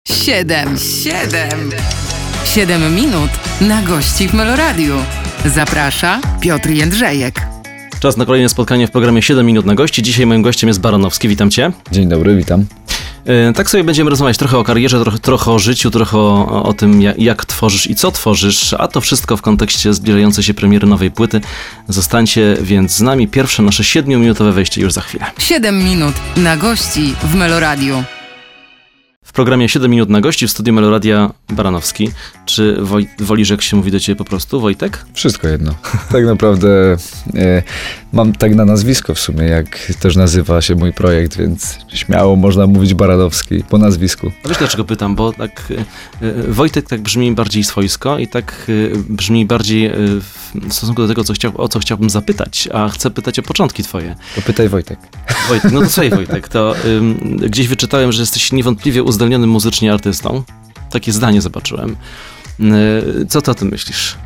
7 minut na gości w Meloradiu. Zaprasza Piotr Jędrzejek. Czas na kolejne spotkanie w programie 7 minut na gości. Dzisiaj moim gościem jest Baranowski. Witam Cię. Dzień dobry, witam. Tak sobie będziemy rozmawiać trochę o karierze, trochę o życiu, trochę o tym, jak tworzysz i co tworzysz, a to wszystko w kontekście zbliżającej się premiery nowej płyty. Zostańcie więc z nami. Pierwsze nasze 7-minutowe wejście już za chwilę. 7 minut na gości w Meloradiu. W programie 7 minut na gości w studiu Meloradia Baranowski. Czy wolisz, jak się mówi do Ciebie po prostu, Wojtek? Wszystko jedno. Tak naprawdę mam tak na nazwisko w sumie, jak też nazywa się mój projekt, więc śmiało można mówić Baranowski po nazwisku. A wiesz dlaczego pytam? Bo tak Wojtek tak brzmi bardziej swojsko i tak brzmi bardziej w stosunku do tego, o co chciałbym zapytać, a chcę pytać o początki Twoje. To pytaj Wojtek. Wojtek, no to słuchaj Wojtek, to gdzieś wyczytałem, że jesteś niewątpliwie uzdolnionym muzycznie artystą. Takie zdanie zobaczyłem. Co ty o tym myślisz?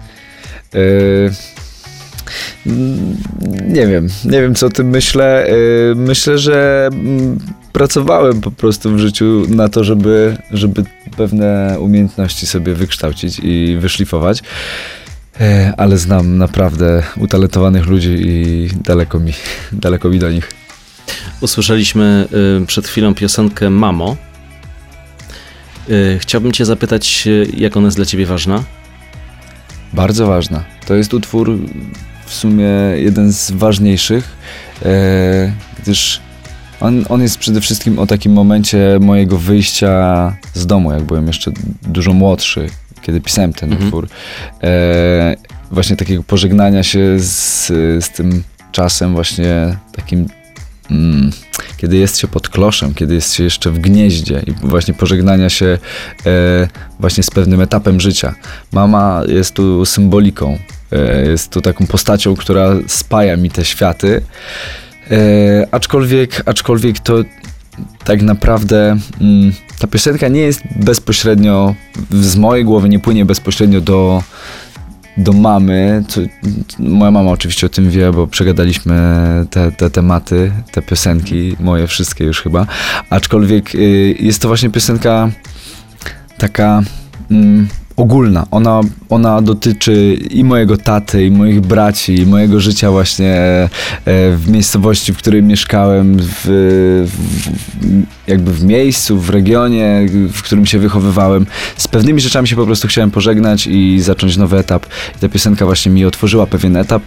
Nie wiem co o tym myślę. Myślę, że pracowałem po prostu w życiu na to, żeby pewne umiejętności sobie wykształcić i wyszlifować. Ale znam naprawdę utalentowanych ludzi i daleko mi do nich. Usłyszeliśmy przed chwilą piosenkę Mamo. Chciałbym Cię zapytać, jak ona jest dla Ciebie ważna? Bardzo ważna. To jest utwór w sumie jeden z ważniejszych, gdyż on jest przede wszystkim o takim momencie mojego wyjścia z domu, jak byłem jeszcze dużo młodszy, kiedy pisałem ten utwór. Właśnie takiego pożegnania się z tym czasem właśnie takim kiedy jest się pod kloszem, kiedy jest się jeszcze w gnieździe i właśnie pożegnania się właśnie z pewnym etapem życia. Mama jest tu symboliką, jest tu taką postacią, która spaja mi te światy, aczkolwiek to tak naprawdę ta piosenka nie jest bezpośrednio, z mojej głowy nie płynie bezpośrednio do mamy. Moja mama oczywiście o tym wie, bo przegadaliśmy te tematy, te piosenki, moje wszystkie już chyba. Aczkolwiek jest to właśnie piosenka taka ogólna. Ona dotyczy i mojego taty, i moich braci, i mojego życia właśnie w miejscowości, w której mieszkałem, jakby w miejscu, w regionie, w którym się wychowywałem. Z pewnymi rzeczami się po prostu chciałem pożegnać i zacząć nowy etap. I ta piosenka właśnie mi otworzyła pewien etap,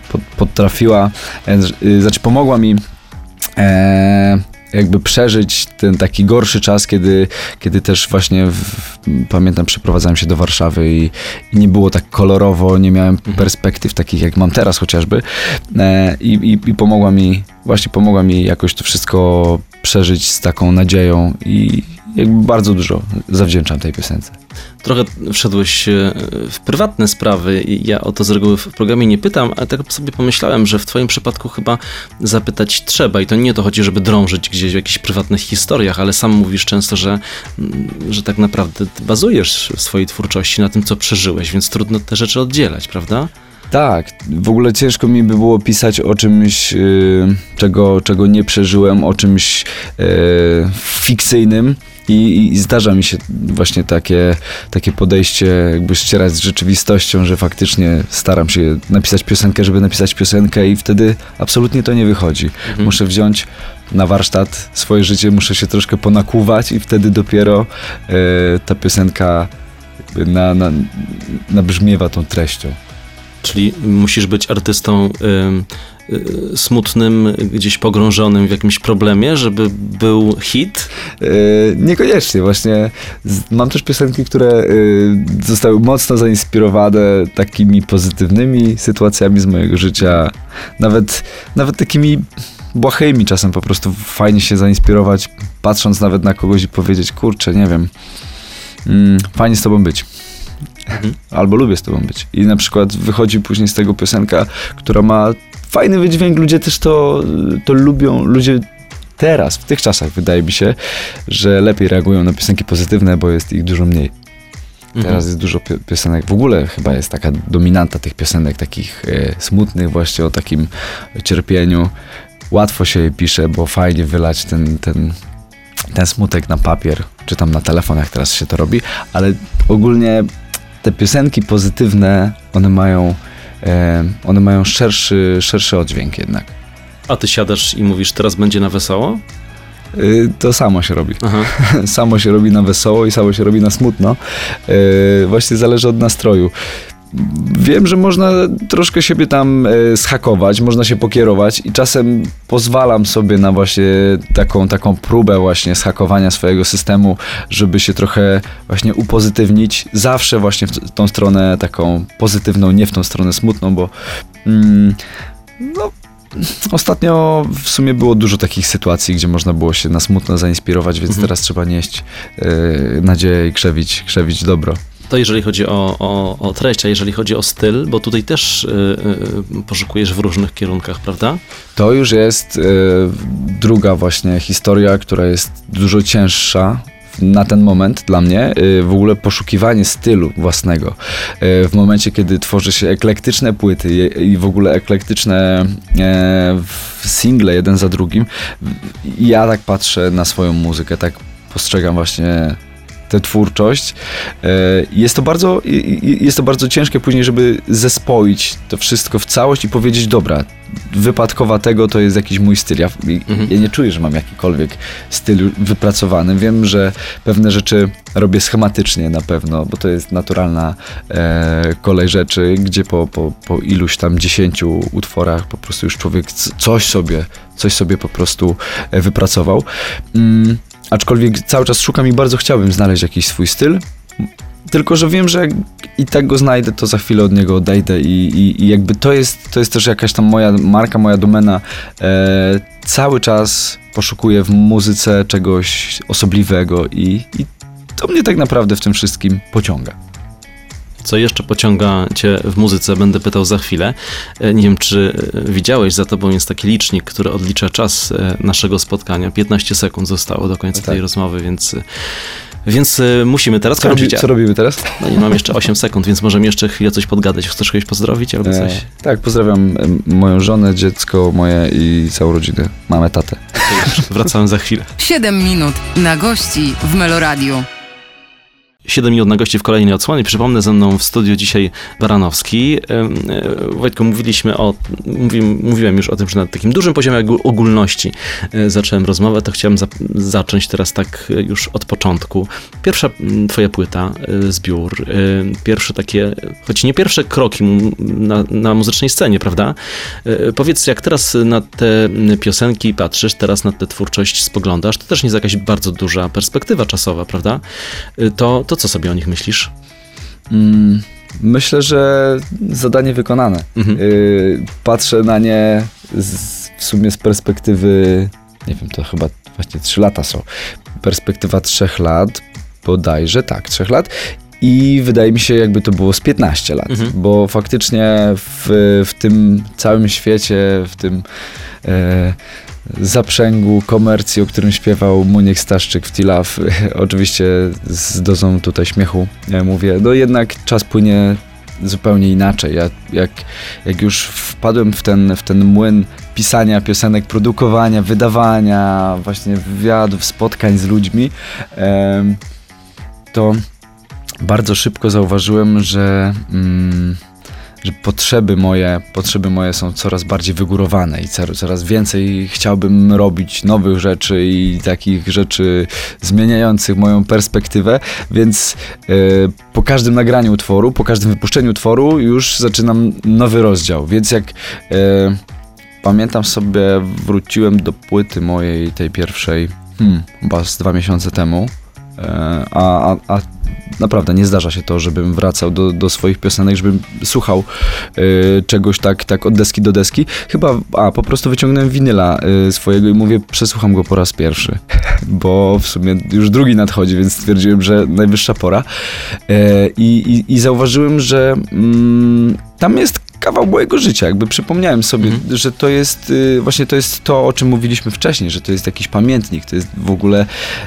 pomogła mi jakby przeżyć ten taki gorszy czas, kiedy też właśnie pamiętam, przeprowadzałem się do Warszawy i nie było tak kolorowo, nie miałem perspektyw takich jak mam teraz chociażby i pomogła mi jakoś to wszystko przeżyć z taką nadzieją i jakby bardzo dużo zawdzięczam tej piosence. Trochę wszedłeś w prywatne sprawy i ja o to z reguły w programie nie pytam, ale tak sobie pomyślałem, że w twoim przypadku chyba zapytać trzeba i to nie o to chodzi, żeby drążyć gdzieś w jakichś prywatnych historiach, ale sam mówisz często, że tak naprawdę ty bazujesz w swojej twórczości na tym, co przeżyłeś, więc trudno te rzeczy oddzielać, prawda? Tak, w ogóle ciężko mi by było pisać o czymś, czego nie przeżyłem, o czymś fikcyjnym i zdarza mi się właśnie takie podejście, jakby ścierać z rzeczywistością, że faktycznie staram się napisać piosenkę, żeby napisać piosenkę i wtedy absolutnie to nie wychodzi. Muszę wziąć na warsztat swoje życie, muszę się troszkę ponakuwać i wtedy dopiero ta piosenka jakby nabrzmiewa tą treścią. Czyli musisz być artystą smutnym, gdzieś pogrążonym w jakimś problemie, żeby był hit? Niekoniecznie. Właśnie mam też piosenki, które zostały mocno zainspirowane takimi pozytywnymi sytuacjami z mojego życia. Nawet takimi błahymi czasem po prostu fajnie się zainspirować, patrząc nawet na kogoś i powiedzieć, kurczę, nie wiem, fajnie z tobą być. Albo lubię z tobą być. I na przykład wychodzi później z tego piosenka, która ma fajny wydźwięk, ludzie też to lubią, ludzie teraz, w tych czasach wydaje mi się, że lepiej reagują na piosenki pozytywne, bo jest ich dużo mniej. Teraz jest dużo piosenek, w ogóle chyba jest taka dominanta tych piosenek takich smutnych właśnie o takim cierpieniu. Łatwo się je pisze, bo fajnie wylać ten ten smutek na papier, czy tam na telefon, jak teraz się to robi, ale ogólnie te piosenki pozytywne, one mają szerszy oddźwięk jednak. A ty siadasz i mówisz, teraz będzie na wesoło? To samo się robi. Aha. Samo się robi na wesoło i samo się robi na smutno. Właśnie zależy od nastroju. Wiem, że można troszkę siebie tam zhakować, można się pokierować i czasem pozwalam sobie na właśnie taką próbę właśnie zhakowania swojego systemu, żeby się trochę właśnie upozytywnić. Zawsze właśnie w tą stronę taką pozytywną, nie w tą stronę smutną, bo ostatnio w sumie było dużo takich sytuacji, gdzie można było się na smutno zainspirować, więc teraz trzeba nieść nadzieję i krzewić dobro. To jeżeli chodzi o treść, a jeżeli chodzi o styl, bo tutaj też poszukujesz w różnych kierunkach, prawda? To już jest druga właśnie historia, która jest dużo cięższa na ten moment dla mnie. W ogóle poszukiwanie stylu własnego. W momencie, kiedy tworzy się eklektyczne płyty i w ogóle eklektyczne single jeden za drugim, ja tak patrzę na swoją muzykę, tak postrzegam właśnie tę twórczość. Jest to bardzo ciężkie później, żeby zespoić to wszystko w całość i powiedzieć, dobra, wypadkowa tego to jest jakiś mój styl. Ja nie czuję, że mam jakikolwiek styl wypracowany. Wiem, że pewne rzeczy robię schematycznie na pewno, bo to jest naturalna kolej rzeczy, gdzie po iluś tam 10 utworach po prostu już człowiek coś sobie po prostu wypracował. Aczkolwiek cały czas szukam i bardzo chciałbym znaleźć jakiś swój styl, tylko że wiem, że jak i tak go znajdę, to za chwilę od niego odejdę i jakby to jest też jakaś tam moja marka, moja domena. Cały czas poszukuję w muzyce czegoś osobliwego i to mnie tak naprawdę w tym wszystkim pociąga. Co jeszcze pociąga cię w muzyce, będę pytał za chwilę. Nie wiem, czy widziałeś, za tobą jest taki licznik, który odlicza czas naszego spotkania. 15 sekund zostało do końca tej rozmowy, więc musimy teraz kończyć. Co robimy teraz? No nie, mam jeszcze 8 sekund, więc możemy jeszcze chwilę coś podgadać. Chcesz kogoś pozdrowić albo coś? Tak, pozdrawiam moją żonę, dziecko moje i całą rodzinę. Mamę, tatę. Wracamy za chwilę. 7 minut na gości w Meloradiu. 7 minut na gości w kolejnej odsłonie. Przypomnę, ze mną w studiu dzisiaj Baranowski. Wojtku, mówiłem już o tym, że na takim dużym poziomie ogólności zacząłem rozmowę, to chciałem zacząć teraz tak już od początku. Pierwsza twoja płyta, zbiór, pierwsze takie, choć nie pierwsze kroki na muzycznej scenie, prawda? Powiedz, jak teraz na te piosenki patrzysz, teraz na tę twórczość spoglądasz, to też nie jest jakaś bardzo duża perspektywa czasowa, prawda? To co sobie o nich myślisz? Myślę, że zadanie wykonane. Patrzę na nie w sumie z perspektywy, nie wiem, to chyba właśnie 3 lata są. Perspektywa 3 lat, bodajże, tak, 3 lat. I wydaje mi się, jakby to było z 15 lat, bo faktycznie w tym całym świecie, w tym zaprzęgu komercji, o którym śpiewał Muniek Staszczyk w T-Love, oczywiście z dozą tutaj śmiechu mówię, no jednak czas płynie zupełnie inaczej. Jak już wpadłem w ten młyn pisania piosenek, produkowania, wydawania, właśnie wywiadów, spotkań z ludźmi, to bardzo szybko zauważyłem, że potrzeby moje są coraz bardziej wygórowane i coraz więcej chciałbym robić nowych rzeczy i takich rzeczy zmieniających moją perspektywę, więc po każdym nagraniu utworu, po każdym wypuszczeniu utworu już zaczynam nowy rozdział, więc jak pamiętam sobie, wróciłem do płyty mojej, tej pierwszej, chyba z 2 miesiące temu, a naprawdę nie zdarza się to, żebym wracał do swoich piosenek, żebym słuchał czegoś tak od deski do deski. Chyba, po prostu wyciągnąłem winyla swojego i mówię, przesłucham go po raz pierwszy, bo w sumie już drugi nadchodzi, więc stwierdziłem, że najwyższa pora. I zauważyłem, że tam jest kawał mojego życia, jakby przypomniałem sobie, że to jest właśnie to, o czym mówiliśmy wcześniej, że to jest jakiś pamiętnik, to jest w ogóle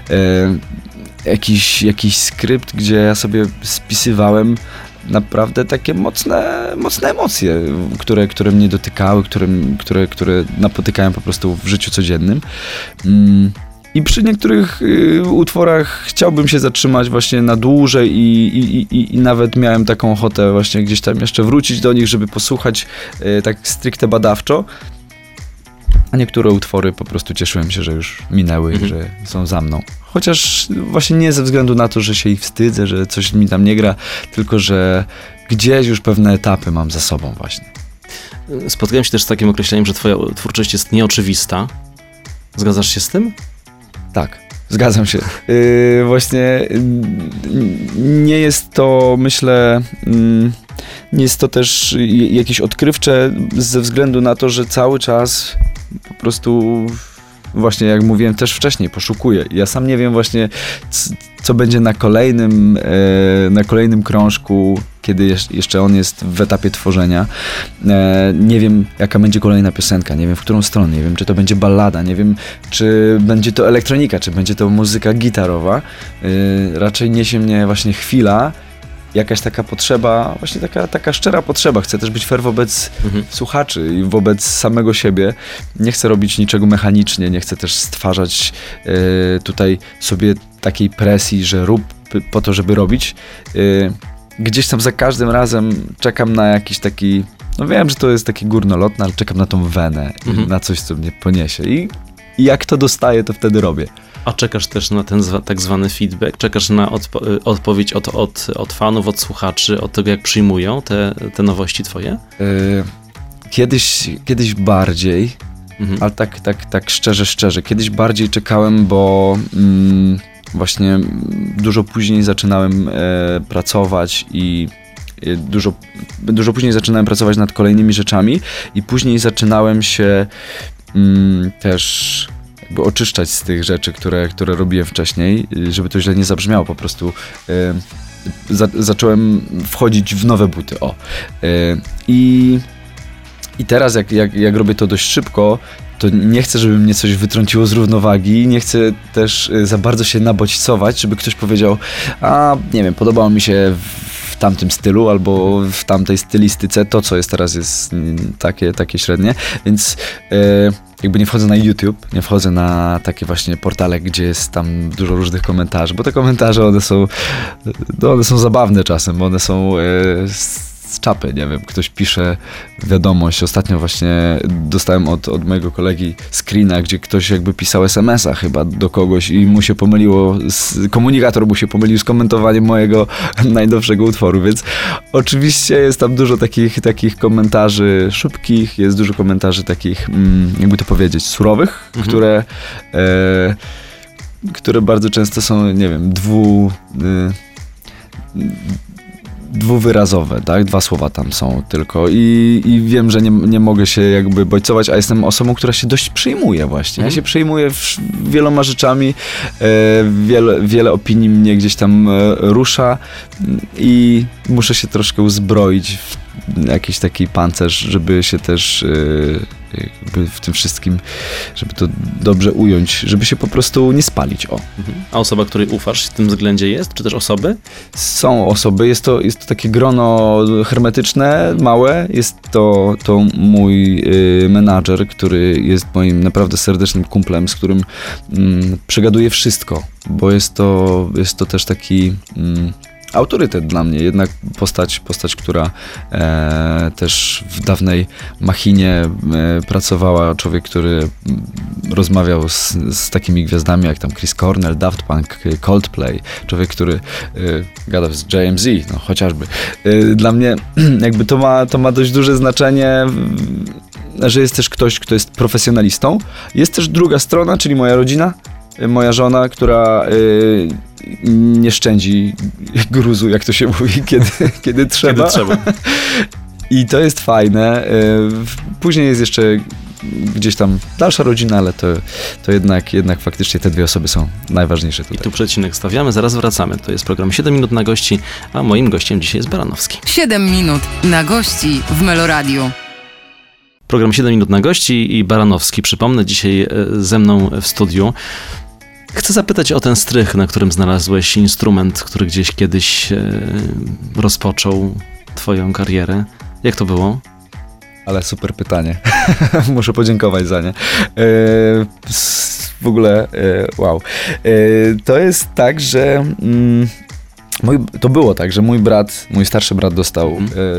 jakiś skrypt, gdzie ja sobie spisywałem naprawdę takie mocne emocje, które mnie dotykały, które napotykałem po prostu w życiu codziennym. I przy niektórych utworach chciałbym się zatrzymać właśnie na dłużej i nawet miałem taką ochotę właśnie gdzieś tam jeszcze wrócić do nich, żeby posłuchać tak stricte badawczo. A niektóre utwory po prostu cieszyłem się, że już minęły i że są za mną. Chociaż właśnie nie ze względu na to, że się ich wstydzę, że coś mi tam nie gra, tylko że gdzieś już pewne etapy mam za sobą właśnie. Spotkałem się też z takim określeniem, że twoja twórczość jest nieoczywista. Zgadzasz się z tym? Tak, zgadzam się. Właśnie nie jest to, myślę, nie jest to też jakieś odkrywcze ze względu na to, że cały czas po prostu, właśnie jak mówiłem też wcześniej, poszukuję. Ja sam nie wiem właśnie, co będzie na kolejnym krążku, kiedy jeszcze on jest w etapie tworzenia. Nie wiem, jaka będzie kolejna piosenka, nie wiem, w którą stronę, nie wiem, czy to będzie ballada, nie wiem, czy będzie to elektronika, czy będzie to muzyka gitarowa. Raczej niesie mnie właśnie chwila, jakaś taka potrzeba, właśnie taka szczera potrzeba. Chcę też być fair wobec słuchaczy i wobec samego siebie. Nie chcę robić niczego mechanicznie, nie chcę też stwarzać tutaj sobie takiej presji, że rób po to, żeby robić. Gdzieś tam za każdym razem czekam na jakiś taki, no wiem, że to jest takie górnolotne, ale czekam na tą wenę, na coś, co mnie poniesie. I jak to dostaję, to wtedy robię. A czekasz też na ten tak zwany feedback? Czekasz na odpowiedź od fanów, od słuchaczy, od tego, jak przyjmują te nowości twoje? Kiedyś bardziej, ale tak szczerze, kiedyś bardziej czekałem, bo właśnie dużo później zaczynałem pracować i dużo później zaczynałem pracować nad kolejnymi rzeczami i później zaczynałem się też jakby oczyszczać z tych rzeczy, które robiłem wcześniej, żeby to źle nie zabrzmiało, po prostu zacząłem wchodzić w nowe buty, I teraz jak robię to dość szybko, to nie chcę, żeby mnie coś wytrąciło z równowagi, nie chcę też za bardzo się nabodźcować, żeby ktoś powiedział, nie wiem, podobało mi się w tamtym stylu albo w tamtej stylistyce, to co jest teraz jest takie średnie, więc jakby nie wchodzę na YouTube, nie wchodzę na takie właśnie portale, gdzie jest tam dużo różnych komentarzy, bo te komentarze one są zabawne czasem, bo one są z czapy, nie wiem, ktoś pisze wiadomość. Ostatnio właśnie dostałem od mojego kolegi screena, gdzie ktoś jakby pisał SMS-a chyba do kogoś i mu się pomyliło, komunikator mu się pomylił z komentowaniem mojego najnowszego utworu, więc oczywiście jest tam dużo takich komentarzy szybkich, jest dużo komentarzy takich, jakby to powiedzieć, surowych, które bardzo często są, nie wiem, dwuwyrazowe, tak? 2 słowa tam są tylko i wiem, że nie mogę się jakby bodźcować, a jestem osobą, która się dość przejmuje właśnie. Ja się przejmuję wieloma rzeczami, wiele opinii mnie gdzieś tam rusza i muszę się troszkę uzbroić w jakiś taki pancerz, żeby się też jakby w tym wszystkim, żeby to dobrze ująć, żeby się po prostu nie spalić. A osoba, której ufasz w tym względzie jest? Czy też osoby? Są osoby, jest to takie grono hermetyczne, małe. Jest to mój menadżer, który jest moim naprawdę serdecznym kumplem, z którym przegaduję wszystko, bo jest to też taki autorytet dla mnie, jednak postać, która też w dawnej machinie pracowała, człowiek, który rozmawiał z takimi gwiazdami jak tam Chris Cornell, Daft Punk, Coldplay, człowiek, który gadał z JMZ, no chociażby. Dla mnie jakby to ma dość duże znaczenie, że jest też ktoś, kto jest profesjonalistą. Jest też druga strona, czyli moja rodzina, moja żona, która nie szczędzi gruzu, jak to się mówi, kiedy trzeba. I to jest fajne. Później jest jeszcze gdzieś tam dalsza rodzina, ale to jednak faktycznie te 2 osoby są najważniejsze tutaj. I tu przecinek stawiamy, zaraz wracamy. To jest program 7 minut na gości, a moim gościem dzisiaj jest Baranowski. 7 minut na gości w Meloradiu. Program 7 minut na gości i Baranowski. Przypomnę, dzisiaj ze mną w studiu. Chcę zapytać o ten strych, na którym znalazłeś instrument, który gdzieś kiedyś rozpoczął twoją karierę. Jak to było? Ale super pytanie. Muszę podziękować za nie. W ogóle, wow. To jest tak, że to było tak, że mój starszy brat dostał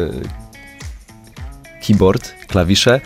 keyboard, klawisze,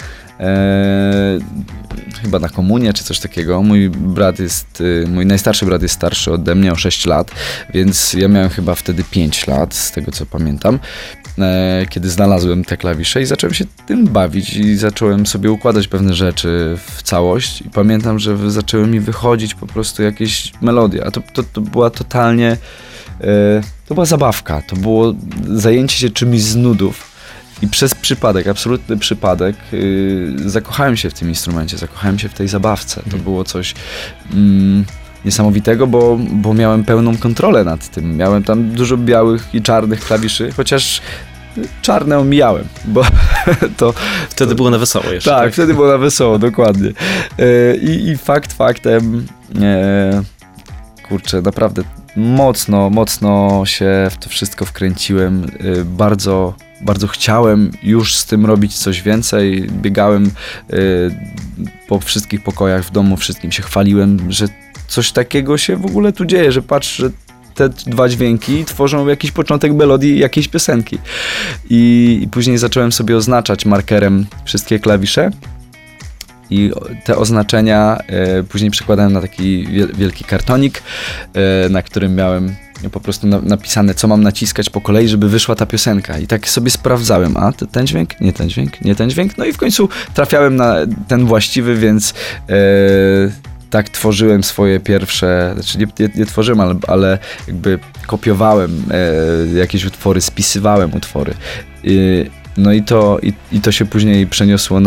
chyba na komunię czy coś takiego. Mój najstarszy brat jest starszy ode mnie o 6 lat, więc ja miałem chyba wtedy 5 lat, z tego co pamiętam, kiedy znalazłem te klawisze i zacząłem się tym bawić i zacząłem sobie układać pewne rzeczy w całość i pamiętam, że zaczęły mi wychodzić po prostu jakieś melodie, a to była totalnie, to była zabawka, to było zajęcie się czymś z nudów. I przez przypadek, absolutny przypadek, zakochałem się w tym instrumencie, zakochałem się w tej zabawce. To było coś niesamowitego, bo miałem pełną kontrolę nad tym. Miałem tam dużo białych i czarnych klawiszy, chociaż czarne omijałem, bo Wtedy było na wesoło jeszcze. Tak, wtedy było na wesoło, dokładnie. I faktem, kurczę, naprawdę mocno się w to wszystko wkręciłem. Bardzo chciałem już z tym robić coś więcej. Biegałem po wszystkich pokojach w domu, wszystkim się chwaliłem, że coś takiego się w ogóle tu dzieje, że patrz, że te dwa dźwięki tworzą jakiś początek melodii jakiejś piosenki. I później zacząłem sobie oznaczać markerem wszystkie klawisze. I te oznaczenia później przekładałem na taki wielki kartonik, na którym miałem po prostu napisane, co mam naciskać po kolei, żeby wyszła ta piosenka. I tak sobie sprawdzałem, ten dźwięk, nie ten dźwięk, nie ten dźwięk. No i w końcu trafiałem na ten właściwy, więc tak tworzyłem swoje pierwsze, znaczy nie tworzyłem, ale jakby kopiowałem jakieś utwory, spisywałem utwory. No i to się później przeniosło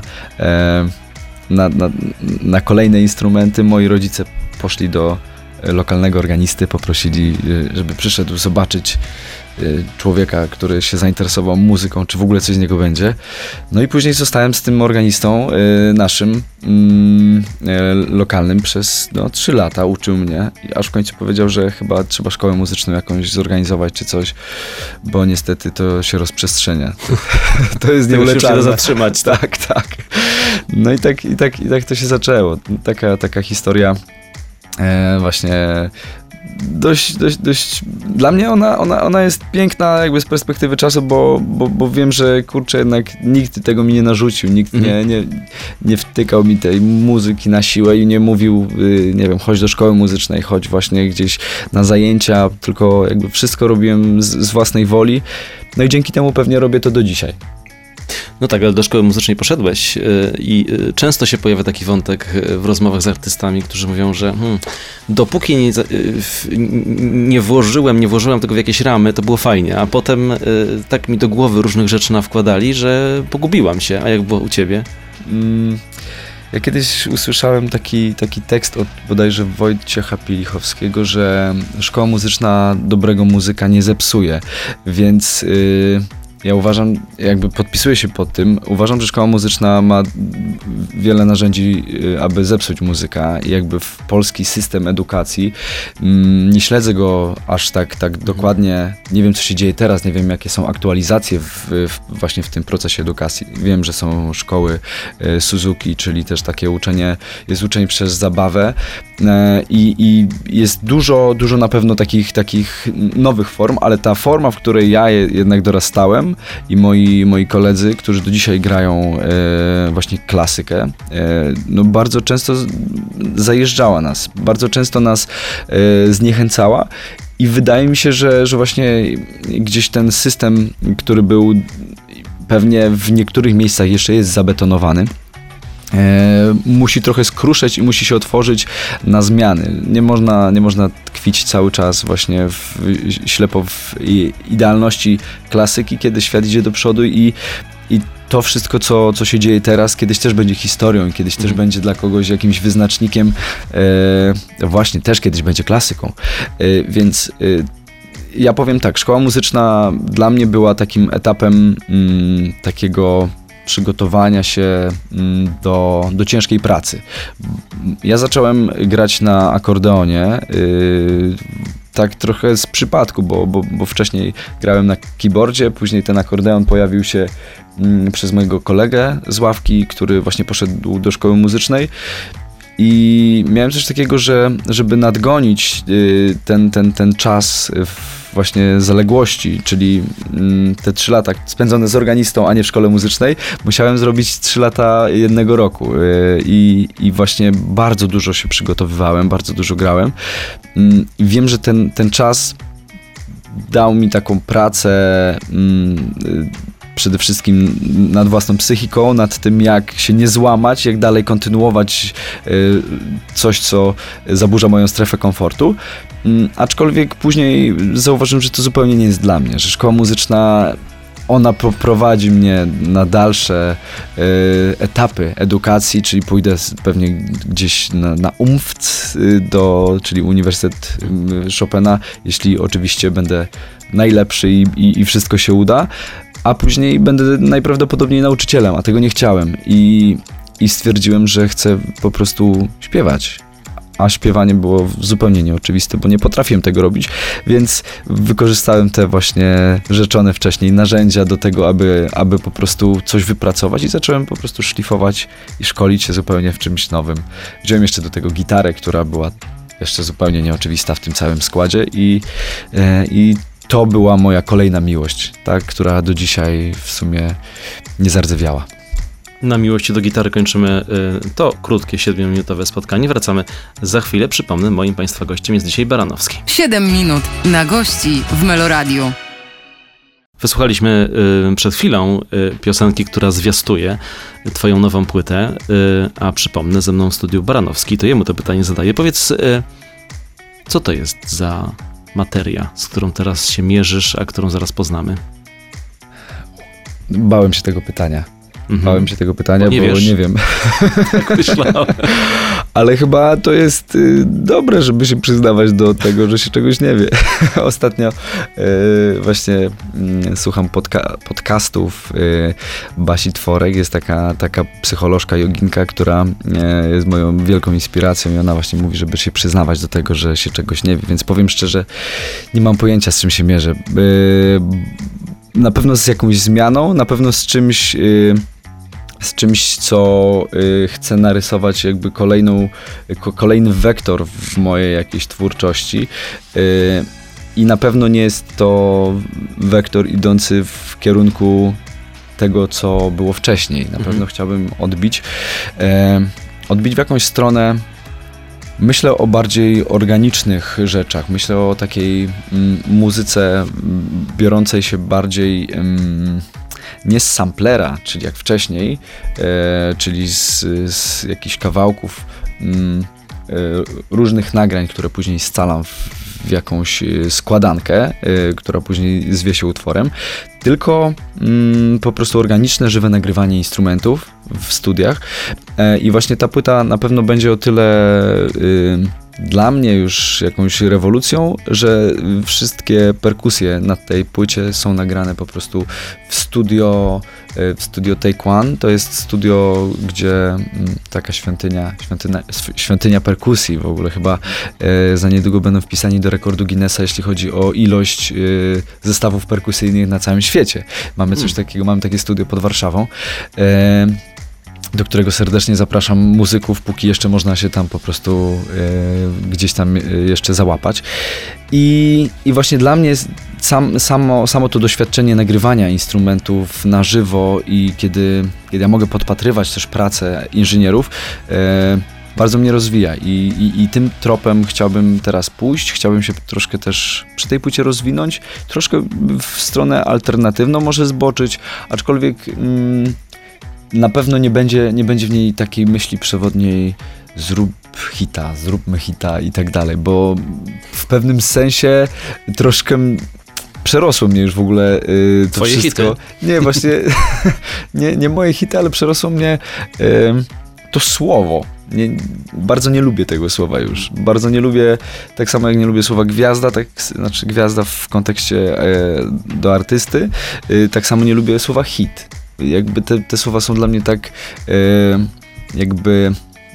na kolejne instrumenty. Moi rodzice poszli do lokalnego organisty, poprosili, żeby przyszedł zobaczyć człowieka, który się zainteresował muzyką, czy w ogóle coś z niego będzie. No i później zostałem z tym organistą naszym lokalnym przez 3 lata, uczył mnie, aż w końcu powiedział, że chyba trzeba szkołę muzyczną jakąś zorganizować, czy coś, bo niestety to się rozprzestrzenia. To jest nieuleczalne. Się zatrzymać. Tak. No i tak to się zaczęło. Taka historia właśnie dość dla mnie ona jest piękna jakby z perspektywy czasu, bo wiem, że kurczę, jednak nikt tego mi nie narzucił, nikt nie wtykał mi tej muzyki na siłę i nie mówił, nie wiem, chodź do szkoły muzycznej, chodź właśnie gdzieś na zajęcia, tylko jakby wszystko robiłem z własnej woli, no i dzięki temu pewnie robię to do dzisiaj. No tak, ale do szkoły muzycznej poszedłeś i często się pojawia taki wątek w rozmowach z artystami, którzy mówią, że dopóki nie włożyłem tego w jakieś ramy, to było fajnie, a potem tak mi do głowy różnych rzeczy nawkładali, że pogubiłam się. A jak było u ciebie? Ja kiedyś usłyszałem taki tekst od bodajże Wojciecha Pielichowskiego, że szkoła muzyczna dobrego muzyka nie zepsuje, więc ja uważam, jakby podpisuję się pod tym, uważam, że szkoła muzyczna ma wiele narzędzi, aby zepsuć muzykę i jakby w polski system edukacji, nie śledzę go aż tak dokładnie, nie wiem co się dzieje teraz, nie wiem jakie są aktualizacje właśnie w tym procesie edukacji. Wiem, że są szkoły Suzuki, czyli też takie uczenie, jest uczenie przez zabawę i jest dużo na pewno takich nowych form, ale ta forma, w której ja jednak dorastałem, i moi koledzy, którzy do dzisiaj grają właśnie klasykę, no bardzo często zajeżdżała nas, bardzo często nas zniechęcała i wydaje mi się, że właśnie gdzieś ten system, który był pewnie w niektórych miejscach jeszcze jest zabetonowany, musi trochę skruszeć i musi się otworzyć na zmiany. Nie można tkwić cały czas właśnie ślepo w idealności klasyki, kiedy świat idzie do przodu i to wszystko, co się dzieje teraz, kiedyś też będzie historią i kiedyś też będzie dla kogoś jakimś wyznacznikiem, właśnie też kiedyś będzie klasyką. Więc ja powiem tak, szkoła muzyczna dla mnie była takim etapem takiego przygotowania się do ciężkiej pracy. Ja zacząłem grać na akordeonie tak trochę z przypadku, bo wcześniej grałem na keyboardzie, później ten akordeon pojawił się przez mojego kolegę z ławki, który właśnie poszedł do szkoły muzycznej. I miałem coś takiego, że żeby nadgonić ten czas właśnie zaległości, czyli te 3 lata spędzone z organistą, a nie w szkole muzycznej, musiałem zrobić 3 lata jednego roku. I właśnie bardzo dużo się przygotowywałem, bardzo dużo grałem. I wiem, że ten czas dał mi taką pracę przede wszystkim nad własną psychiką, nad tym, jak się nie złamać, jak dalej kontynuować coś, co zaburza moją strefę komfortu. Aczkolwiek później zauważyłem, że to zupełnie nie jest dla mnie, że szkoła muzyczna, ona prowadzi mnie na dalsze etapy edukacji, czyli pójdę pewnie gdzieś na UMFT, czyli Uniwersytet Chopina, jeśli oczywiście będę najlepszy i wszystko się uda, a później będę najprawdopodobniej nauczycielem, a tego nie chciałem i stwierdziłem, że chcę po prostu śpiewać. A śpiewanie było zupełnie nieoczywiste, bo nie potrafiłem tego robić, więc wykorzystałem te właśnie rzeczone wcześniej narzędzia do tego, aby po prostu coś wypracować i zacząłem po prostu szlifować i szkolić się zupełnie w czymś nowym. Wziąłem jeszcze do tego gitarę, która była jeszcze zupełnie nieoczywista w tym całym składzie i to była moja kolejna miłość, tak, która do dzisiaj w sumie nie zardzewiała. Na miłości do gitary kończymy to krótkie 7-minutowe spotkanie. Wracamy za chwilę. Przypomnę, moim Państwa gościem jest dzisiaj Baranowski. 7 minut na gości w Meloradiu. Wysłuchaliśmy przed chwilą piosenki, która zwiastuje Twoją nową płytę, a przypomnę, ze mną w studiu Baranowski, to jemu to pytanie zadaję. Powiedz, co to jest za materia, z którą teraz się mierzysz, a którą zaraz poznamy? Bałem się tego pytania. Bałem się tego pytania, bo nie wiem. Tak myślałem. Ale chyba to jest dobre, żeby się przyznawać do tego, że się czegoś nie wie. Ostatnio właśnie słucham podcastów Basi Tworek. Jest taka psycholożka, joginka, która jest moją wielką inspiracją i ona właśnie mówi, żeby się przyznawać do tego, że się czegoś nie wie. Więc powiem szczerze, nie mam pojęcia, z czym się mierzę. Na pewno z jakąś zmianą, na pewno z czymś, co chcę narysować jakby kolejny wektor w mojej jakiejś twórczości i na pewno nie jest to wektor idący w kierunku tego, co było wcześniej. Na pewno chciałbym odbić w jakąś stronę. Myślę o bardziej organicznych rzeczach. Myślę o takiej muzyce biorącej się bardziej nie z samplera, czyli jak wcześniej, czyli z jakichś kawałków różnych nagrań, które później scalam w jakąś składankę, która później zwie się utworem, tylko po prostu organiczne, żywe nagrywanie instrumentów w studiach. I właśnie ta płyta na pewno będzie o tyle dla mnie już jakąś rewolucją, że wszystkie perkusje na tej płycie są nagrane po prostu w studio Take One. To jest studio, gdzie taka świątynia perkusji w ogóle chyba za niedługo będą wpisani do rekordu Guinnessa, jeśli chodzi o ilość zestawów perkusyjnych na całym świecie. Mamy coś takiego, mamy takie studio pod Warszawą, do którego serdecznie zapraszam muzyków, póki jeszcze można się tam po prostu gdzieś tam jeszcze załapać. I właśnie dla mnie samo to doświadczenie nagrywania instrumentów na żywo i kiedy ja mogę podpatrywać też pracę inżynierów, bardzo mnie rozwija i tym tropem chciałbym teraz pójść, chciałbym się troszkę też przy tej płycie rozwinąć, troszkę w stronę alternatywną może zboczyć, aczkolwiek na pewno nie będzie w niej takiej myśli przewodniej zróbmy hita i tak dalej, bo w pewnym sensie troszkę przerosło mnie już w ogóle to Twoje wszystko. Hity? Nie, właśnie nie moje hity, ale przerosło mnie to słowo. Bardzo nie lubię tego słowa już. Bardzo nie lubię, tak samo jak nie lubię słowa gwiazda, znaczy gwiazda w kontekście do artysty, tak samo nie lubię słowa hit. Jakby te słowa są dla mnie tak jakby, nie wiem, bardzo nie lubię tego słowa gwiazda, tak, znaczy gwiazda w kontekście do artysty, tak samo nie lubię słowa hit. Jakby te słowa są dla mnie tak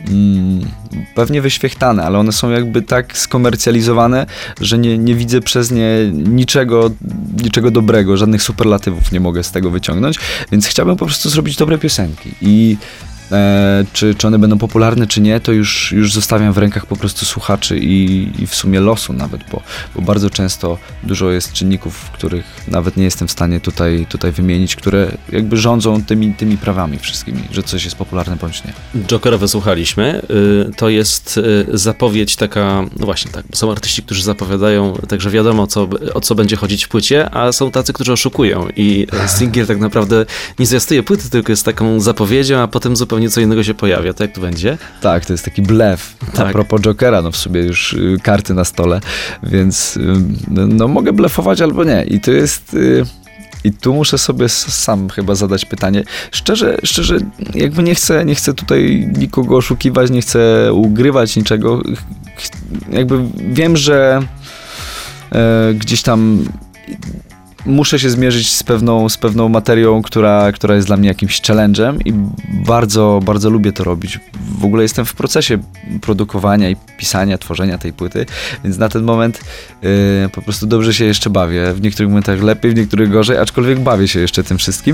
pewnie wyświechtane, ale one są jakby tak skomercjalizowane, że nie widzę przez nie niczego dobrego, żadnych superlatywów nie mogę z tego wyciągnąć, więc chciałbym po prostu zrobić dobre piosenki i czy one będą popularne, czy nie, to już zostawiam w rękach po prostu słuchaczy i w sumie losu nawet, bo bardzo często dużo jest czynników, których nawet nie jestem w stanie tutaj wymienić, które jakby rządzą tymi prawami wszystkimi, że coś jest popularne bądź nie. Jokera wysłuchaliśmy. To jest zapowiedź taka, no właśnie tak, bo są artyści, którzy zapowiadają, także wiadomo o co będzie chodzić w płycie, a są tacy, którzy oszukują i singiel tak naprawdę nie zwiastuje płyty, tylko jest taką zapowiedzią, a potem zupełnie co innego się pojawia. To jak to będzie? Tak, to jest taki blef. Tak. A propos Jokera, no w sobie już karty na stole, więc no mogę blefować albo nie. I to jest... I tu muszę sobie sam chyba zadać pytanie. Szczerze jakby nie chcę tutaj nikogo oszukiwać, nie chcę ugrywać niczego. Jakby wiem, że gdzieś tam muszę się zmierzyć z pewną materią, która jest dla mnie jakimś challenge'em i bardzo, bardzo lubię to robić. W ogóle jestem w procesie produkowania i pisania, tworzenia tej płyty, więc na ten moment po prostu dobrze się jeszcze bawię. W niektórych momentach lepiej, w niektórych gorzej, aczkolwiek bawię się jeszcze tym wszystkim.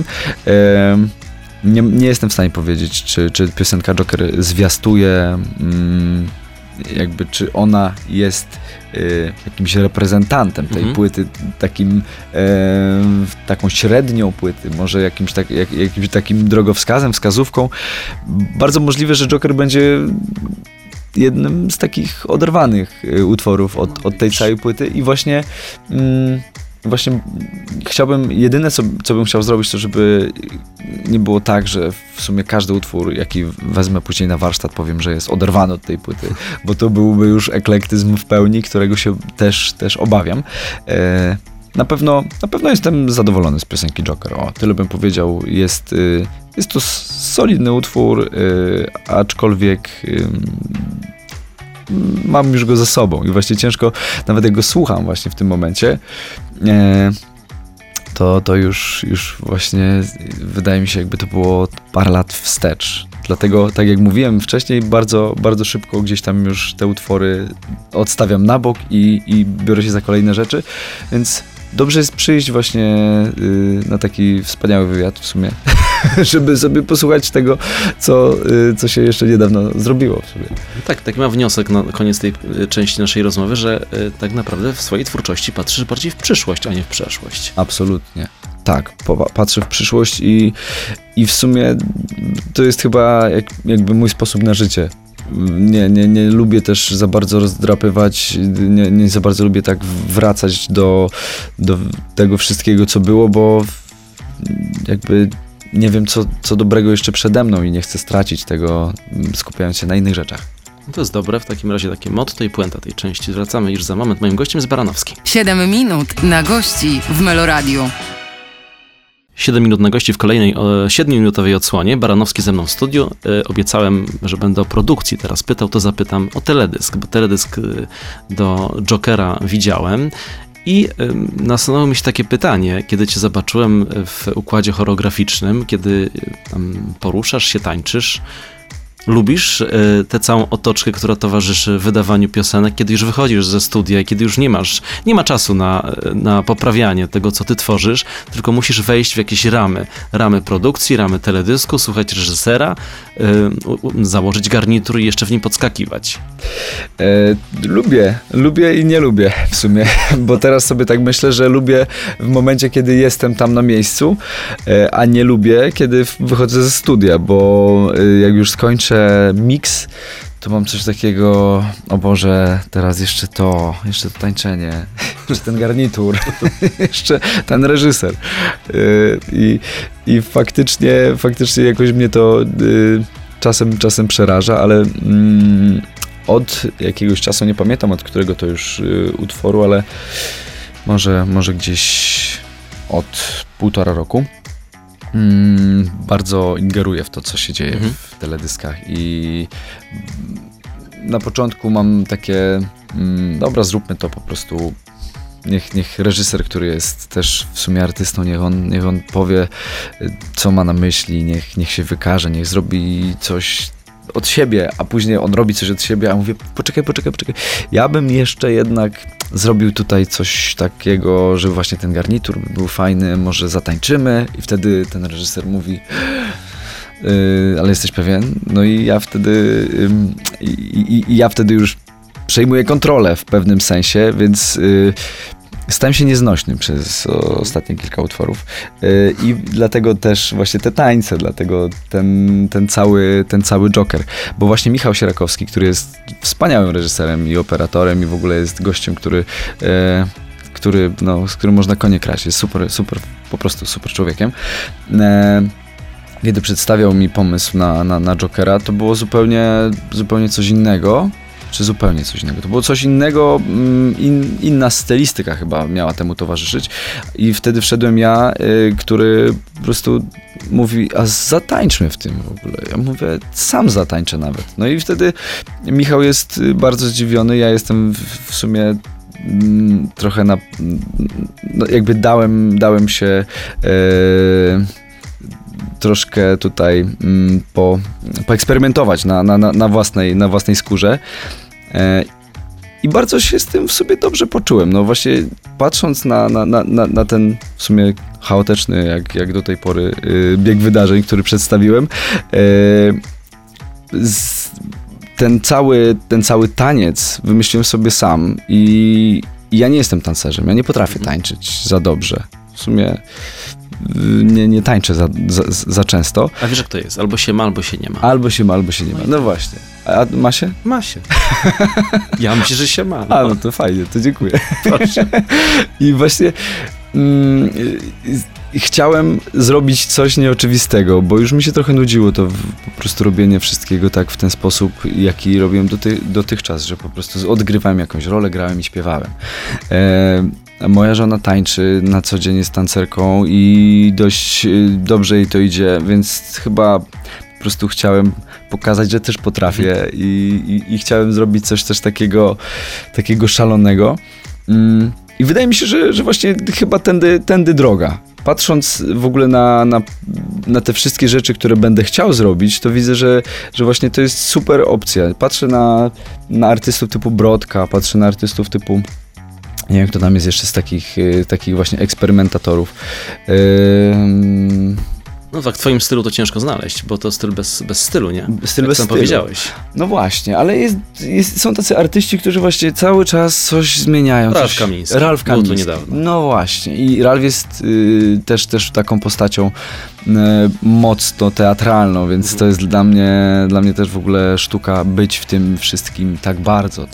Nie jestem w stanie powiedzieć, czy piosenka Joker zwiastuje jakby, czy ona jest jakimś reprezentantem tej płyty, taką średnią płyty, może jakimś takim drogowskazem, wskazówką. Bardzo możliwe, że Joker będzie jednym z takich oderwanych utworów od tej całej płyty i właśnie chciałbym, jedyne co bym chciał zrobić, to żeby nie było tak, że w sumie każdy utwór, jaki wezmę później na warsztat, powiem, że jest oderwany od tej płyty, bo to byłby już eklektyzm w pełni, którego się też obawiam. Na pewno jestem zadowolony z piosenki Joker. O, tyle bym powiedział. Jest to solidny utwór, aczkolwiek mam już go za sobą i właśnie ciężko, nawet jak go słucham właśnie w tym momencie, to już właśnie wydaje mi się, jakby to było parę lat wstecz. Dlatego, tak jak mówiłem wcześniej, bardzo, bardzo szybko gdzieś tam już te utwory odstawiam na bok i biorę się za kolejne rzeczy, więc dobrze jest przyjść właśnie na taki wspaniały wywiad w sumie, żeby sobie posłuchać tego, co się jeszcze niedawno zrobiło w sobie. Tak, taki mam wniosek na koniec tej części naszej rozmowy, że tak naprawdę w swojej twórczości patrzysz bardziej w przyszłość, a nie w przeszłość. Absolutnie. Tak, patrzę w przyszłość i w sumie to jest chyba jakby mój sposób na życie. Nie lubię też za bardzo rozdrapywać, nie za bardzo lubię tak wracać do tego wszystkiego, co było, bo jakby nie wiem, co dobrego jeszcze przede mną i nie chcę stracić tego, skupiając się na innych rzeczach. No to jest dobre, w takim razie takie motto i puenta tej części. Wracamy już za moment. Moim gościem jest Baranowski. 7 minut na gości w Meloradiu. 7 minut na gości w kolejnej 7-minutowej odsłonie. Baranowski ze mną w studiu. Obiecałem, że będę o produkcji teraz pytał, to zapytam o teledysk, bo teledysk do Jokera widziałem. I nasunęło mi się takie pytanie, kiedy cię zobaczyłem w układzie choreograficznym, kiedy tam poruszasz się, tańczysz. Lubisz tę całą otoczkę, która towarzyszy wydawaniu piosenek, kiedy już wychodzisz ze studia i kiedy już nie ma czasu na poprawianie tego, co ty tworzysz, tylko musisz wejść w jakieś ramy produkcji, ramy teledysku, słuchać reżysera, założyć garnitur i jeszcze w nim podskakiwać. Lubię i nie lubię w sumie, bo teraz sobie tak myślę, że lubię w momencie, kiedy jestem tam na miejscu, a nie lubię, kiedy wychodzę ze studia, bo jak już skończę miks, to mam coś takiego, o Boże, teraz jeszcze to tańczenie, jeszcze ten garnitur, jeszcze ten reżyser. I faktycznie jakoś mnie to czasem przeraża, ale od jakiegoś czasu, nie pamiętam od którego to już utworu, ale może gdzieś od 1,5 roku. Bardzo ingeruję w to, co się dzieje w teledyskach i na początku mam takie dobra, zróbmy to po prostu, niech reżyser, który jest też w sumie artystą, niech on powie, co ma na myśli, niech się wykaże, niech zrobi coś od siebie, a później on robi coś od siebie, a mówię, poczekaj. Ja bym jeszcze jednak zrobił tutaj coś takiego, że właśnie ten garnitur był fajny, może zatańczymy i wtedy ten reżyser mówi, ale jesteś pewien? No i ja wtedy już przejmuję kontrolę w pewnym sensie, więc stałem się nieznośny przez ostatnie kilka utworów i dlatego też właśnie te tańce, dlatego ten cały Joker, bo właśnie Michał Sierakowski, który jest wspaniałym reżyserem i operatorem i w ogóle jest gościem, z którym można konie kraść, jest super, po prostu super człowiekiem. Kiedy przedstawiał mi pomysł na Jokera, to było zupełnie coś innego. Czy zupełnie coś innego. To było coś innego, inna stylistyka chyba miała temu towarzyszyć i wtedy wszedłem ja, który po prostu mówi, a zatańczmy w tym w ogóle. Ja mówię, sam zatańczę nawet. No i wtedy Michał jest bardzo zdziwiony, ja jestem w sumie trochę jakby dałem się troszkę tutaj poeksperymentować na własnej skórze i bardzo się z tym w sobie dobrze poczułem. No właśnie patrząc na ten w sumie chaotyczny, jak do tej pory bieg wydarzeń, który przedstawiłem, ten cały taniec wymyśliłem sobie sam i ja nie jestem tancerzem, ja nie potrafię tańczyć za dobrze. W sumie nie tańczę za często. A wiesz jak to jest? Albo się ma, albo się nie ma. Albo się ma, albo się nie ma. No właśnie. A ma się? Ma się. Ja myślę, że się ma. No to fajnie, to dziękuję. Proszę. I właśnie chciałem zrobić coś nieoczywistego, bo już mi się trochę nudziło to po prostu robienie wszystkiego tak w ten sposób, jaki robiłem dotychczas, że po prostu odgrywałem jakąś rolę, grałem i śpiewałem. Moja żona tańczy na co dzień, jest tancerką i dość dobrze jej to idzie, więc chyba po prostu chciałem pokazać, że też potrafię i chciałem zrobić coś też takiego szalonego. I wydaje mi się, że właśnie chyba tędy droga. Patrząc w ogóle na te wszystkie rzeczy, które będę chciał zrobić, to widzę, że właśnie to jest super opcja. Patrzę na artystów typu Brodka, patrzę na artystów typu, nie wiem, kto tam jest jeszcze z takich właśnie eksperymentatorów. No tak, w twoim stylu to ciężko znaleźć, bo to styl bez stylu, nie? Styl bez stylu. Powiedziałeś. No właśnie, ale są tacy artyści, którzy właśnie cały czas coś zmieniają. Ralf Kamiński. Był tu niedawno. No właśnie. I Ralf jest też taką postacią mocno teatralną, więc to jest dla mnie też w ogóle sztuka być w tym wszystkim tak bardzo,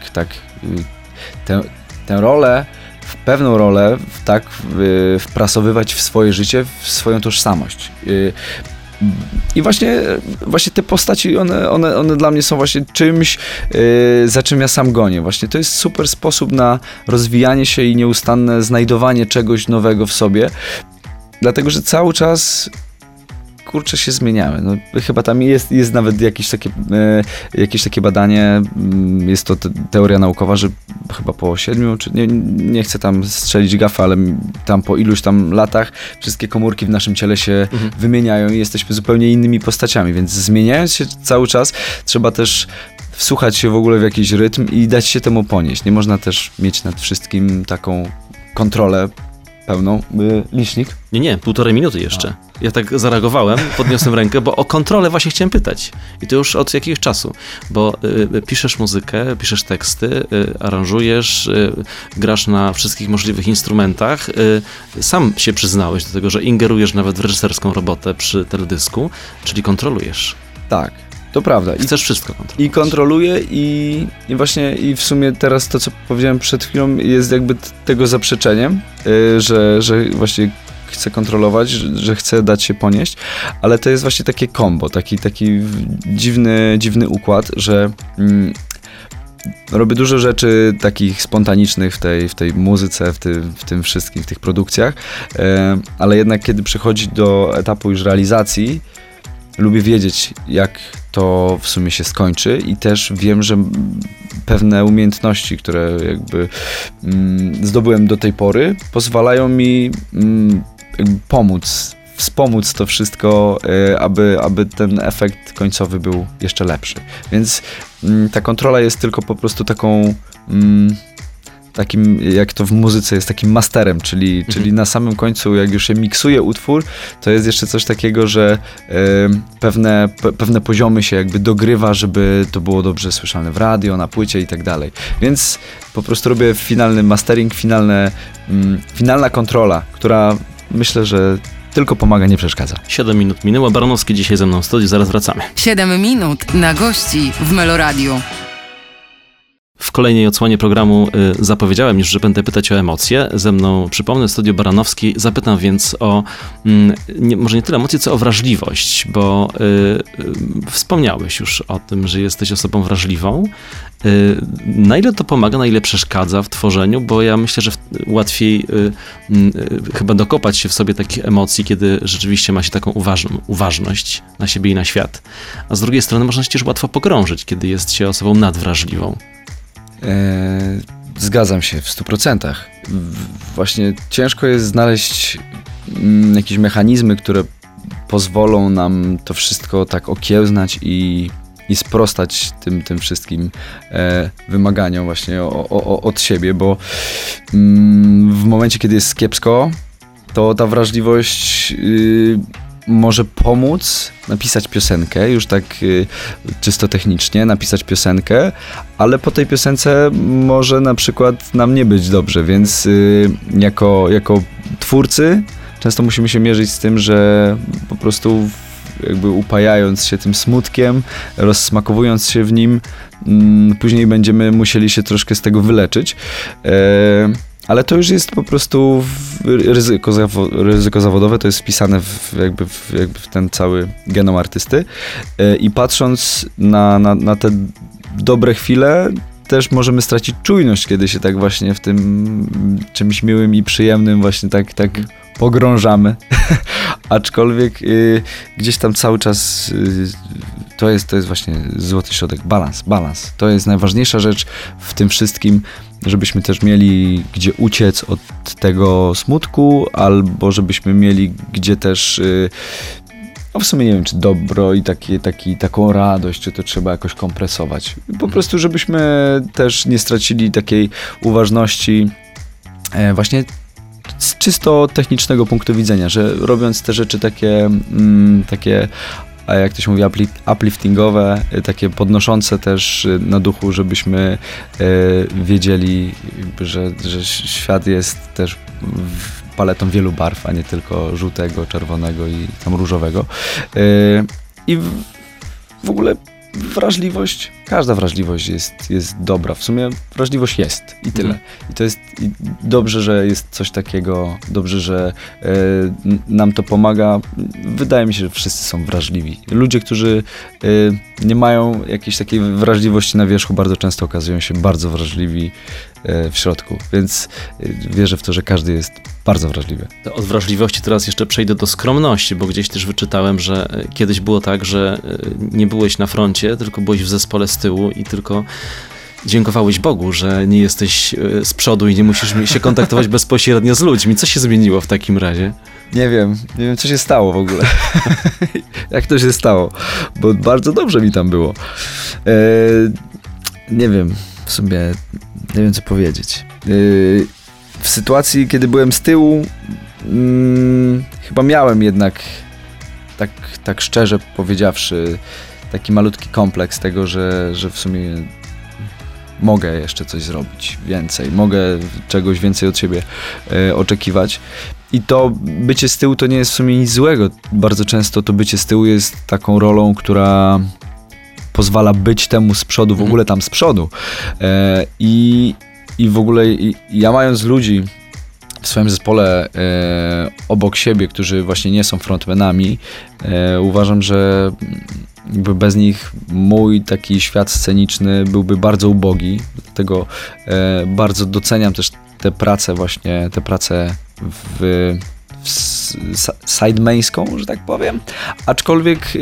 tę rolę, pewną rolę wprasowywać w swoje życie, w swoją tożsamość. I właśnie te postaci, one dla mnie są właśnie czymś, za czym ja sam gonię. Właśnie to jest super sposób na rozwijanie się i nieustanne znajdowanie czegoś nowego w sobie, dlatego, że cały czas kurczę się zmieniamy. No, chyba tam jest nawet jakieś takie badanie, jest to teoria naukowa, że chyba po 7, czy nie chcę tam strzelić gafa, ale tam po iluś tam latach wszystkie komórki w naszym ciele się wymieniają i jesteśmy zupełnie innymi postaciami, więc zmieniając się cały czas, trzeba też wsłuchać się w ogóle w jakiś rytm i dać się temu ponieść. Nie można też mieć nad wszystkim taką kontrolę pełną. Licznik? Nie, 1,5 minuty jeszcze. Ja tak zareagowałem, podniosłem rękę, bo o kontrolę właśnie chciałem pytać. I to już od jakiegoś czasu, bo piszesz muzykę, piszesz teksty, aranżujesz, grasz na wszystkich możliwych instrumentach. Sam się przyznałeś do tego, że ingerujesz nawet w reżyserską robotę przy teledysku, czyli kontrolujesz. Tak. To prawda. Chcesz wszystko kontrolować. I kontroluję i właśnie i w sumie teraz to, co powiedziałem przed chwilą, jest jakby tego zaprzeczeniem, że właśnie chcę kontrolować, że chcę dać się ponieść, ale to jest właśnie takie combo, taki dziwny układ, że robię dużo rzeczy takich spontanicznych w tej muzyce, w tym wszystkim, w tych produkcjach, ale jednak kiedy przychodzi do etapu już realizacji, lubię wiedzieć, jak to w sumie się skończy i też wiem, że pewne umiejętności, które jakby zdobyłem do tej pory, pozwalają mi jakby pomóc wspomóc to wszystko, aby ten efekt końcowy był jeszcze lepszy. Więc ta kontrola jest tylko po prostu takim, jak to w muzyce jest, takim masterem, czyli na samym końcu, jak już się miksuje utwór, to jest jeszcze coś takiego, że pewne poziomy się jakby dogrywa, żeby to było dobrze słyszalne w radio, na płycie i tak dalej. Więc po prostu robię finalny mastering, finalna kontrola, która myślę, że tylko pomaga, nie przeszkadza. 7 minut minęło. Baranowski dzisiaj ze mną w studiu, zaraz wracamy. 7 minut na gości w Meloradiu. W kolejnej odsłonie programu zapowiedziałem już, że będę pytać o emocje. Ze mną, przypomnę, studio Baranowski. Zapytam więc o, może nie tyle emocje, co o wrażliwość, bo wspomniałeś już o tym, że jesteś osobą wrażliwą. Na ile to pomaga, na ile przeszkadza w tworzeniu, bo ja myślę, że łatwiej chyba dokopać się w sobie takich emocji, kiedy rzeczywiście ma się taką uważność na siebie i na świat. A z drugiej strony można się też łatwo pogrążyć, kiedy jest się osobą nadwrażliwą. Zgadzam się w 100%. Właśnie ciężko jest znaleźć jakieś mechanizmy, które pozwolą nam to wszystko tak okiełznać i sprostać tym wszystkim wymaganiom właśnie od siebie, bo w momencie, kiedy jest kiepsko, to ta wrażliwość może pomóc napisać piosenkę, już tak czysto technicznie napisać piosenkę, ale po tej piosence może na przykład nam nie być dobrze, więc jako twórcy często musimy się mierzyć z tym, że po prostu jakby upajając się tym smutkiem, rozsmakowując się w nim, później będziemy musieli się troszkę z tego wyleczyć. Ale to już jest po prostu ryzyko zawodowe, to jest wpisane w ten cały genom artysty. I patrząc na te dobre chwile, też możemy stracić czujność, kiedy się tak właśnie w tym czymś miłym i przyjemnym właśnie tak pogrążamy. Aczkolwiek gdzieś tam cały czas to jest właśnie złoty środek, balans. To jest najważniejsza rzecz w tym wszystkim, żebyśmy też mieli gdzie uciec od tego smutku, albo żebyśmy mieli gdzie też w sumie nie wiem, czy dobro i taką radość, czy to trzeba jakoś kompresować. Po prostu, żebyśmy też nie stracili takiej uważności właśnie z czysto technicznego punktu widzenia, że robiąc te rzeczy takie a jak to się mówi, upliftingowe, takie podnoszące też na duchu, żebyśmy wiedzieli, że świat jest też paletą wielu barw, a nie tylko żółtego, czerwonego i tam różowego. I w ogóle wrażliwość, każda wrażliwość jest dobra. W sumie wrażliwość jest i tyle. I to jest dobrze, że jest coś takiego, dobrze, że nam to pomaga. Wydaje mi się, że wszyscy są wrażliwi. Ludzie, którzy nie mają jakiejś takiej wrażliwości na wierzchu, bardzo często okazują się bardzo wrażliwi w środku, więc wierzę w to, że każdy jest bardzo wrażliwy. Od wrażliwości teraz jeszcze przejdę do skromności, bo gdzieś też wyczytałem, że kiedyś było tak, że nie byłeś na froncie, tylko byłeś w zespole z tyłu i tylko dziękowałeś Bogu, że nie jesteś z przodu i nie musisz się kontaktować bezpośrednio z ludźmi. Co się zmieniło w takim razie? Nie wiem, co się stało w ogóle. Jak to się stało? Bo bardzo dobrze mi tam było. Nie wiem, w sumie nie wiem, co powiedzieć. W sytuacji, kiedy byłem z tyłu, chyba miałem jednak, tak szczerze powiedziawszy, taki malutki kompleks tego, że w sumie mogę jeszcze coś zrobić więcej, mogę czegoś więcej od siebie oczekiwać. I to bycie z tyłu to nie jest w sumie nic złego. Bardzo często to bycie z tyłu jest taką rolą, która pozwala być temu z przodu, w ogóle tam z przodu. I w ogóle ja mając ludzi w swoim zespole obok siebie, którzy właśnie nie są frontmanami, uważam, że jakby bez nich mój taki świat sceniczny byłby bardzo ubogi. Dlatego bardzo doceniam też te prace sidemańską, że tak powiem. Aczkolwiek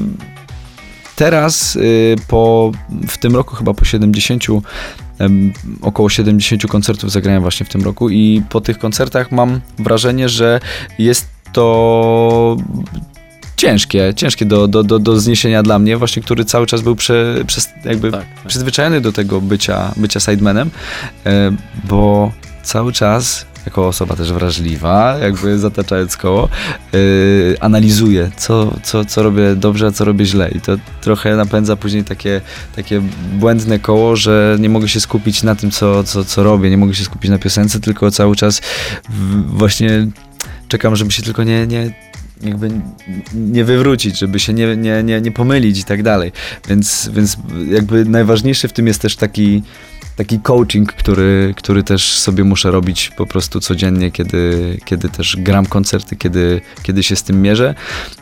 teraz w tym roku chyba po 70, około 70 koncertów zagrałem właśnie w tym roku i po tych koncertach mam wrażenie, że jest to ciężkie do zniesienia dla mnie, właśnie, który cały czas był przyzwyczajony do tego bycia sidemanem, bo cały czas jako osoba też wrażliwa, jakby zataczając koło, analizuję, co robię dobrze, a co robię źle. I to trochę napędza później takie błędne koło, że nie mogę się skupić na tym, co robię, nie mogę się skupić na piosence, tylko cały czas właśnie czekam, żeby się tylko nie wywrócić, żeby się nie pomylić i tak dalej. Więc jakby najważniejszy w tym jest też taki coaching, który też sobie muszę robić po prostu codziennie, kiedy też gram koncerty, kiedy się z tym mierzę.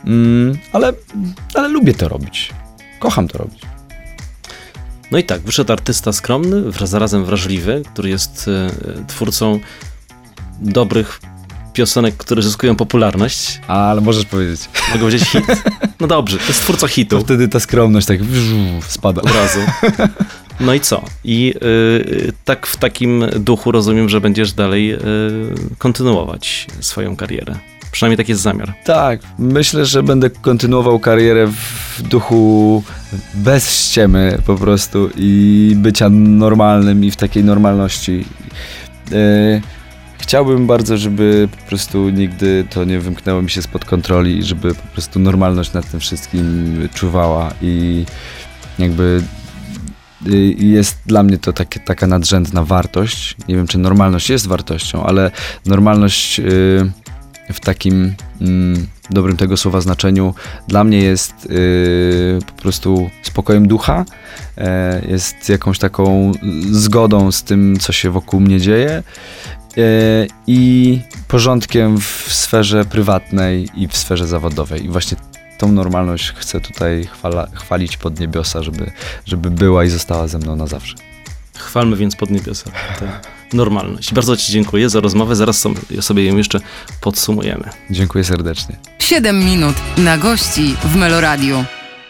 Ale lubię to robić. Kocham to robić. No i tak, wyszedł artysta skromny, zarazem wrażliwy, który jest twórcą dobrych piosenek, które zyskują popularność. Ale możesz powiedzieć. Mogę powiedzieć hit? No dobrze, to jest twórca hitu. To wtedy ta skromność tak spada. Od razu. No i co? I tak w takim duchu rozumiem, że będziesz dalej kontynuować swoją karierę. Przynajmniej taki jest zamiar. Tak, myślę, że będę kontynuował karierę w duchu bez ściemy po prostu i bycia normalnym i w takiej normalności. Chciałbym bardzo, żeby po prostu nigdy to nie wymknęło mi się spod kontroli i żeby po prostu normalność nad tym wszystkim czuwała i jakby jest dla mnie to taka nadrzędna wartość. Nie wiem, czy normalność jest wartością, ale normalność w takim dobrym tego słowa znaczeniu dla mnie jest po prostu spokojem ducha, jest jakąś taką zgodą z tym, co się wokół mnie dzieje i porządkiem w sferze prywatnej i w sferze zawodowej. I właśnie tą normalność chcę tutaj chwalić pod niebiosa, żeby była i została ze mną na zawsze. Chwalmy więc pod niebiosa tę normalność. Bardzo Ci dziękuję za rozmowę. Zaraz sobie ją jeszcze podsumujemy. Dziękuję serdecznie. 7 minut na gości w Meloradiu.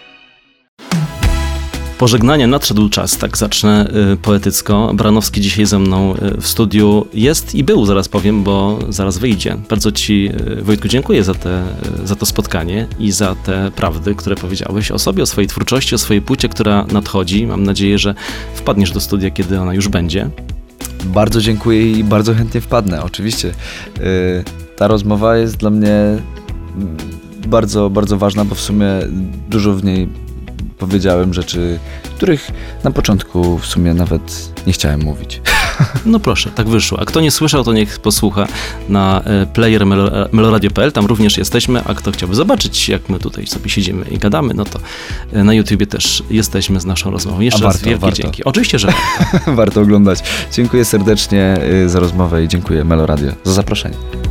Pożegnania nadszedł czas, tak zacznę poetycko. Baranowski dzisiaj ze mną w studiu jest i był, zaraz powiem, bo zaraz wyjdzie. Bardzo Ci, Wojtku, dziękuję za to spotkanie i za te prawdy, które powiedziałeś o sobie, o swojej twórczości, o swojej płycie, która nadchodzi. Mam nadzieję, że wpadniesz do studia, kiedy ona już będzie. Bardzo dziękuję i bardzo chętnie wpadnę. Oczywiście ta rozmowa jest dla mnie bardzo, bardzo ważna, bo w sumie dużo w niej powiedziałem rzeczy, których na początku w sumie nawet nie chciałem mówić. No proszę, tak wyszło. A kto nie słyszał, to niech posłucha na player meloradio.pl, tam również jesteśmy, a kto chciałby zobaczyć, jak my tutaj sobie siedzimy i gadamy, no to na YouTubie też jesteśmy z naszą rozmową. Jeszcze raz wielkie dzięki. Oczywiście, że warto oglądać. Dziękuję serdecznie za rozmowę i dziękuję Meloradio za zaproszenie.